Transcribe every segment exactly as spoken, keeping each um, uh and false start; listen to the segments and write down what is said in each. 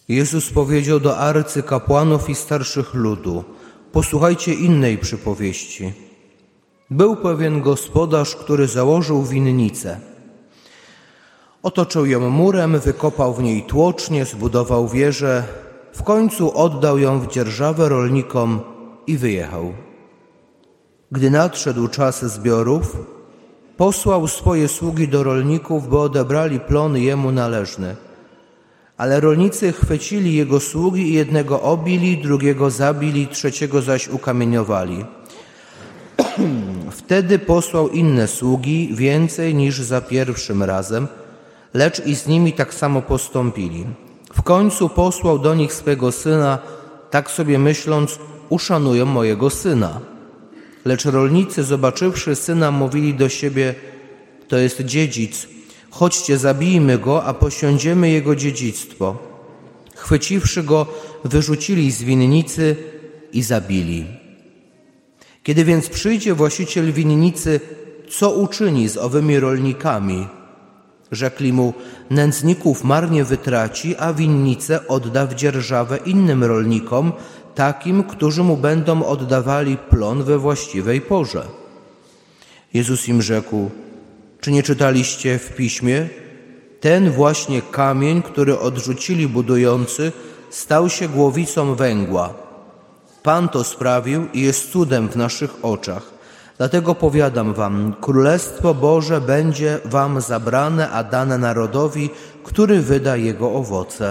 Jezus powiedział do arcykapłanów i starszych ludu: posłuchajcie innej przypowieści. Był pewien gospodarz, który założył winnicę. Otoczył ją murem, wykopał w niej tłocznie, zbudował wieżę, w końcu oddał ją w dzierżawę rolnikom i wyjechał. Gdy nadszedł czas zbiorów, posłał swoje sługi do rolników, by odebrali plon jemu należny. Ale rolnicy chwycili jego sługi i jednego obili, drugiego zabili, trzeciego zaś ukamieniowali. Wtedy posłał inne sługi, więcej niż za pierwszym razem, lecz i z nimi tak samo postąpili. W końcu posłał do nich swego syna, tak sobie myśląc: uszanują mojego syna. Lecz rolnicy, zobaczywszy syna, mówili do siebie: to jest dziedzic, chodźcie, zabijmy go, a posiądziemy jego dziedzictwo. Chwyciwszy go, wyrzucili z winnicy i zabili. Kiedy więc przyjdzie właściciel winnicy, co uczyni z owymi rolnikami? Rzekli mu: nędzników marnie wytraci, a winnicę odda w dzierżawę innym rolnikom, takim, którzy mu będą oddawali plon we właściwej porze. Jezus im rzekł: czy nie czytaliście w Piśmie? Ten właśnie kamień, który odrzucili budujący, stał się głowicą węgła. Pan to sprawił i jest cudem w naszych oczach. Dlatego powiadam wam, Królestwo Boże będzie wam zabrane, a dane narodowi, który wyda jego owoce.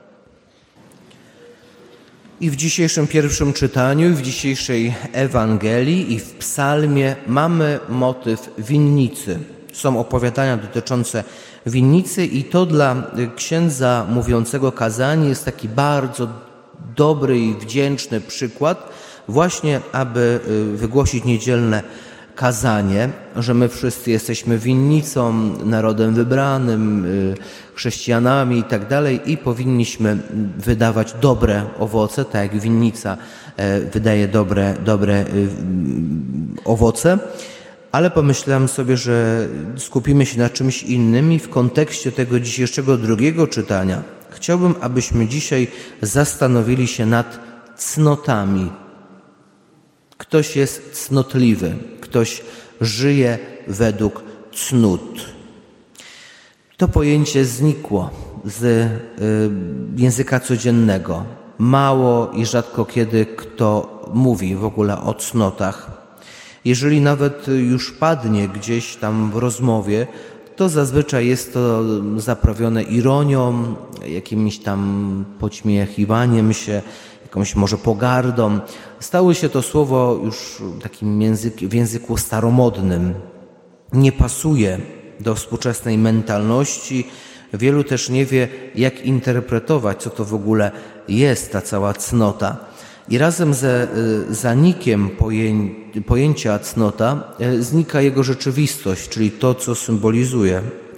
I w dzisiejszym pierwszym czytaniu, i w dzisiejszej Ewangelii, i w psalmie mamy motyw winnicy. Są opowiadania dotyczące winnicy i to dla księdza mówiącego kazanie jest taki bardzo dobry i wdzięczny przykład właśnie, aby wygłosić niedzielne kazanie, że my wszyscy jesteśmy winnicą, narodem wybranym, chrześcijanami i tak dalej i powinniśmy wydawać dobre owoce, tak jak winnica wydaje dobre, dobre owoce. Ale pomyślałem sobie, że skupimy się na czymś innym i w kontekście tego dzisiejszego drugiego czytania chciałbym, abyśmy dzisiaj zastanowili się nad cnotami. Ktoś jest cnotliwy, ktoś żyje według cnót. To pojęcie znikło z y, języka codziennego. Mało i rzadko kiedy kto mówi w ogóle o cnotach. Jeżeli nawet już padnie gdzieś tam w rozmowie, to zazwyczaj jest to zaprawione ironią, jakimś tam podśmiechiwaniem się, jakąś może pogardą. Stało się to słowo już takim język, w języku staromodnym. Nie pasuje do współczesnej mentalności. Wielu też nie wie, jak interpretować, co to w ogóle jest ta cała cnota. I razem ze zanikiem pojęcia, pojęcia cnota znika jego rzeczywistość, czyli to, co symbolizuje.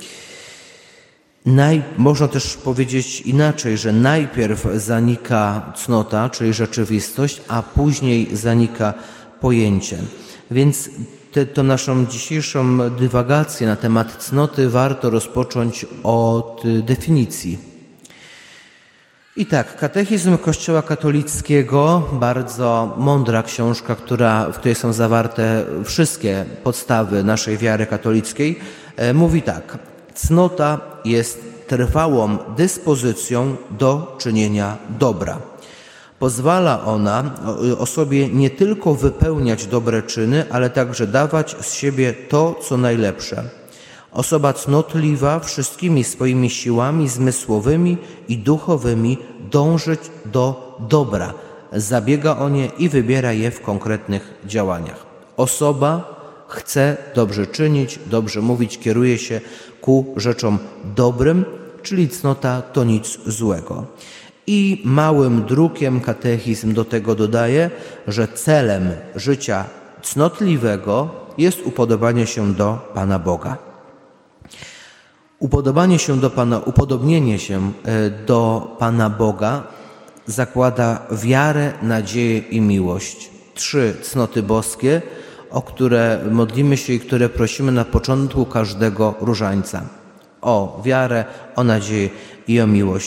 Naj, można też powiedzieć inaczej, że najpierw zanika cnota, czyli rzeczywistość, a później zanika pojęcie. Więc te, to naszą dzisiejszą dywagację na temat cnoty warto rozpocząć od definicji. I tak, Katechizm Kościoła katolickiego, bardzo mądra książka, która, w której są zawarte wszystkie podstawy naszej wiary katolickiej, mówi tak: cnota jest trwałą dyspozycją do czynienia dobra. Pozwala ona osobie nie tylko wypełniać dobre czyny, ale także dawać z siebie to, co najlepsze. Osoba cnotliwa wszystkimi swoimi siłami zmysłowymi i duchowymi dążyć do dobra, zabiega o nie i wybiera je w konkretnych działaniach. Osoba chce dobrze czynić, dobrze mówić, kieruje się ku rzeczom dobrym, czyli cnota to nic złego. I małym drukiem katechizm do tego dodaje, że celem życia cnotliwego jest upodobanie się do Pana Boga. Upodobanie się do Pana, upodobnienie się do Pana Boga zakłada wiarę, nadzieję i miłość. Trzy cnoty boskie, o które modlimy się i które prosimy na początku każdego różańca. O wiarę, o nadzieję i o miłość.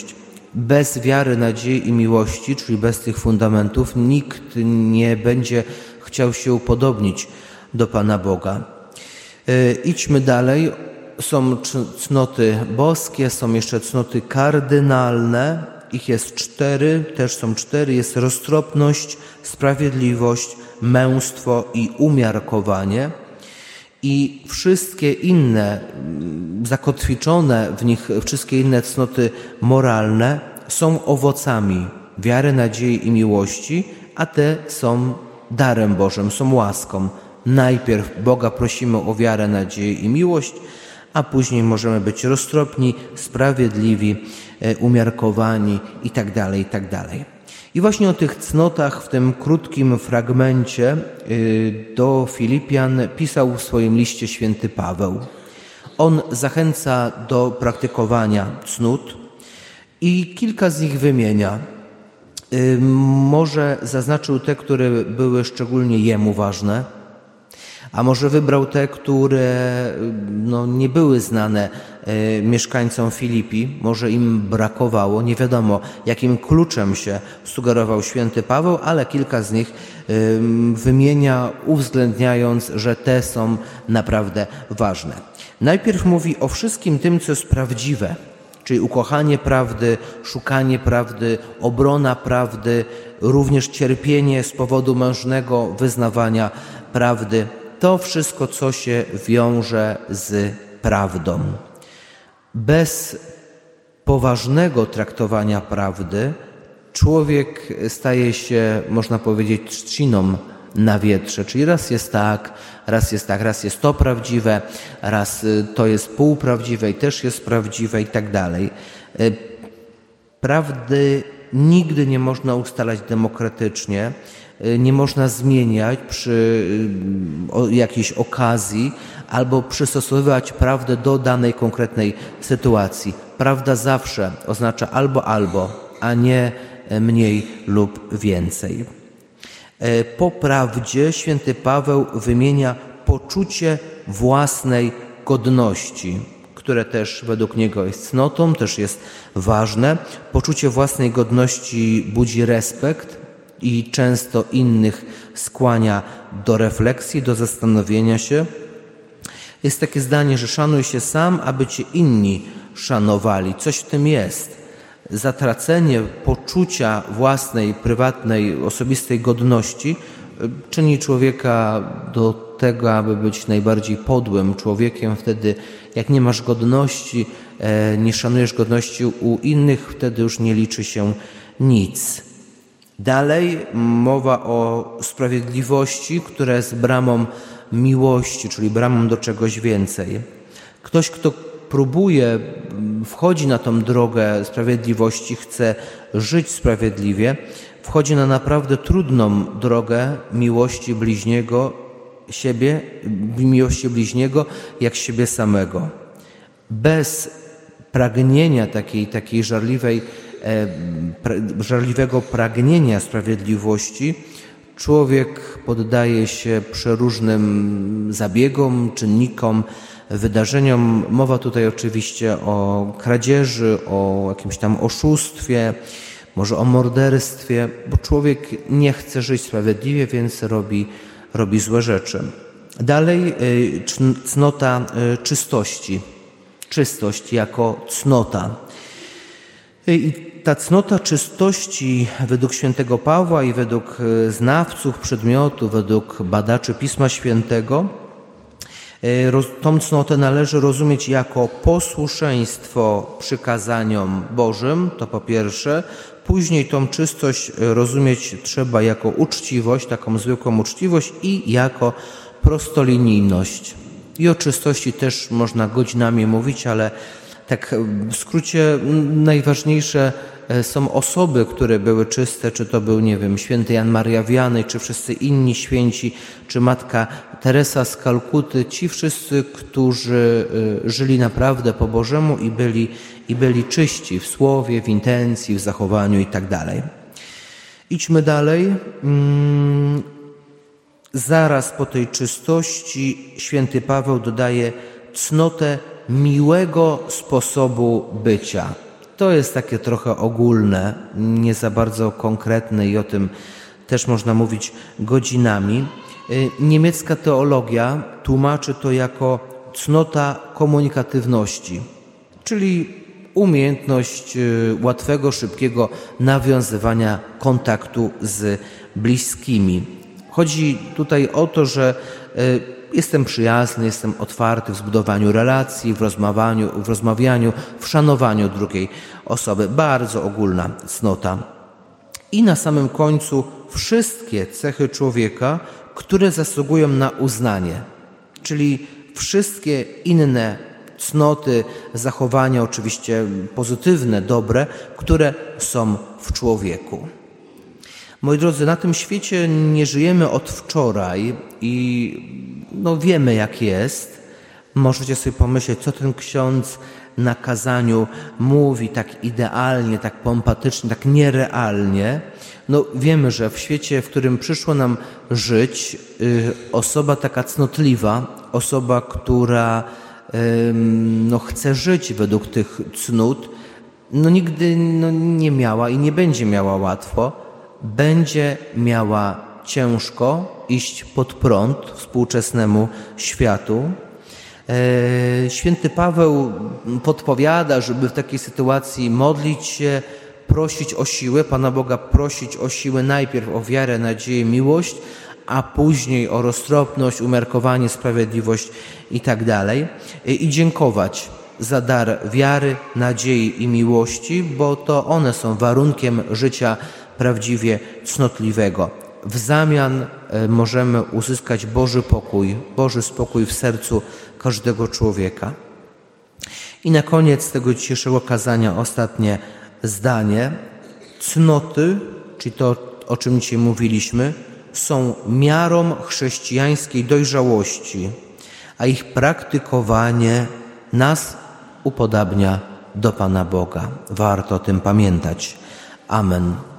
Bez wiary, nadziei i miłości, czyli bez tych fundamentów, nikt nie będzie chciał się upodobnić do Pana Boga. Idźmy dalej. Są cnoty boskie, są jeszcze cnoty kardynalne. Ich jest cztery, też są cztery. Jest roztropność, sprawiedliwość, męstwo i umiarkowanie. I wszystkie inne, zakotwiczone w nich, wszystkie inne cnoty moralne są owocami wiary, nadziei i miłości, a te są darem Bożym, są łaską. Najpierw Boga prosimy o wiarę, nadzieję i miłość, a później możemy być roztropni, sprawiedliwi, umiarkowani itd., itd. I właśnie o tych cnotach w tym krótkim fragmencie do Filipian pisał w swoim liście święty Paweł. On zachęca do praktykowania cnót i kilka z nich wymienia. Może zaznaczył te, które były szczególnie jemu ważne, a może wybrał te, które no, nie były znane e, mieszkańcom Filipi, może im brakowało, nie wiadomo jakim kluczem się sugerował święty Paweł, ale kilka z nich e, wymienia, uwzględniając, że te są naprawdę ważne. Najpierw mówi o wszystkim tym, co jest prawdziwe, czyli ukochanie prawdy, szukanie prawdy, obrona prawdy, również cierpienie z powodu mężnego wyznawania prawdy. To wszystko, co się wiąże z prawdą. Bez poważnego traktowania prawdy człowiek staje się, można powiedzieć, trzciną na wietrze. Czyli raz jest tak, raz jest tak, raz jest to prawdziwe, raz to jest półprawdziwe i też jest prawdziwe i tak dalej. Prawdy nigdy nie można ustalać demokratycznie, nie można zmieniać przy jakiejś okazji albo przystosowywać prawdę do danej konkretnej sytuacji. Prawda zawsze oznacza albo albo, a nie mniej lub więcej. Po prawdzie święty Paweł wymienia poczucie własnej godności, które też według niego jest cnotą, też jest ważne. Poczucie własnej godności budzi respekt i często innych skłania do refleksji, do zastanowienia się. Jest takie zdanie, że szanuj się sam, aby cię inni szanowali. Coś w tym jest. Zatracenie poczucia własnej, prywatnej, osobistej godności czyni człowieka do tego, aby być najbardziej podłym człowiekiem. Wtedy, jak nie masz godności, nie szanujesz godności u innych, wtedy już nie liczy się nic. Dalej mowa o sprawiedliwości, która jest bramą miłości, czyli bramą do czegoś więcej. Ktoś, kto próbuje, wchodzi na tą drogę sprawiedliwości, chce żyć sprawiedliwie, wchodzi na naprawdę trudną drogę miłości bliźniego siebie, miłości bliźniego jak siebie samego. Bez pragnienia takiej, takiej żarliwej, e, pra, żarliwego pragnienia sprawiedliwości człowiek poddaje się przeróżnym zabiegom, czynnikom, wydarzeniom. Mowa tutaj oczywiście o kradzieży, o jakimś tam oszustwie, może o morderstwie, bo człowiek nie chce żyć sprawiedliwie, więc robi, robi złe rzeczy. Dalej cnota czystości. Czystość jako cnota. I ta cnota czystości według świętego Pawła i według znawców przedmiotu, według badaczy Pisma Świętego, tą cnotę należy rozumieć jako posłuszeństwo przykazaniom Bożym, to po pierwsze. Później tą czystość rozumieć trzeba jako uczciwość, taką zwykłą uczciwość i jako prostolinijność. I o czystości też można godzinami mówić, ale tak w skrócie najważniejsze są osoby, które były czyste, czy to był, nie wiem, święty Jan Maria Wiany, czy wszyscy inni święci, czy matka Teresa z Kalkuty, ci wszyscy, którzy żyli naprawdę po Bożemu i byli, i byli czyści w słowie, w intencji, w zachowaniu i tak dalej. Idźmy dalej. Zaraz po tej czystości święty Paweł dodaje cnotę miłego sposobu bycia. to jest takie trochę ogólne, nie za bardzo konkretne i o tym też można mówić godzinami. Niemiecka teologia tłumaczy to jako cnota komunikatywności, czyli umiejętność łatwego, szybkiego nawiązywania kontaktu z bliskimi. Chodzi tutaj o to, że jestem przyjazny, jestem otwarty w zbudowaniu relacji, w rozmawianiu, w rozmawianiu, w szanowaniu drugiej osoby. Bardzo ogólna cnota. I na samym końcu wszystkie cechy człowieka, które zasługują na uznanie, czyli wszystkie inne cnoty, zachowania, oczywiście pozytywne, dobre, które są w człowieku. Moi drodzy, na tym świecie nie żyjemy od wczoraj i no, wiemy, jak jest. Możecie sobie pomyśleć, co ten ksiądz na kazaniu mówi tak idealnie, tak pompatycznie, tak nierealnie. No, wiemy, że w świecie, w którym przyszło nam żyć, yy, osoba taka cnotliwa, osoba, która yy, no, chce żyć według tych cnót, no, nigdy no, nie miała i nie będzie miała łatwo. Będzie miała ciężko iść pod prąd współczesnemu światu. Święty Paweł podpowiada, żeby w takiej sytuacji modlić się, prosić o siłę, Pana Boga prosić o siłę, najpierw o wiarę, nadzieję, miłość, a później o roztropność, umiarkowanie, sprawiedliwość i tak dalej. I dziękować za dar wiary, nadziei i miłości, bo to one są warunkiem życia prawdziwie cnotliwego. W zamian możemy uzyskać Boży pokój, Boży spokój w sercu każdego człowieka. I na koniec tego dzisiejszego kazania ostatnie zdanie. Cnoty, czyli to, o czym dzisiaj mówiliśmy, są miarą chrześcijańskiej dojrzałości, a ich praktykowanie nas upodabnia do Pana Boga. Warto o tym pamiętać. Amen.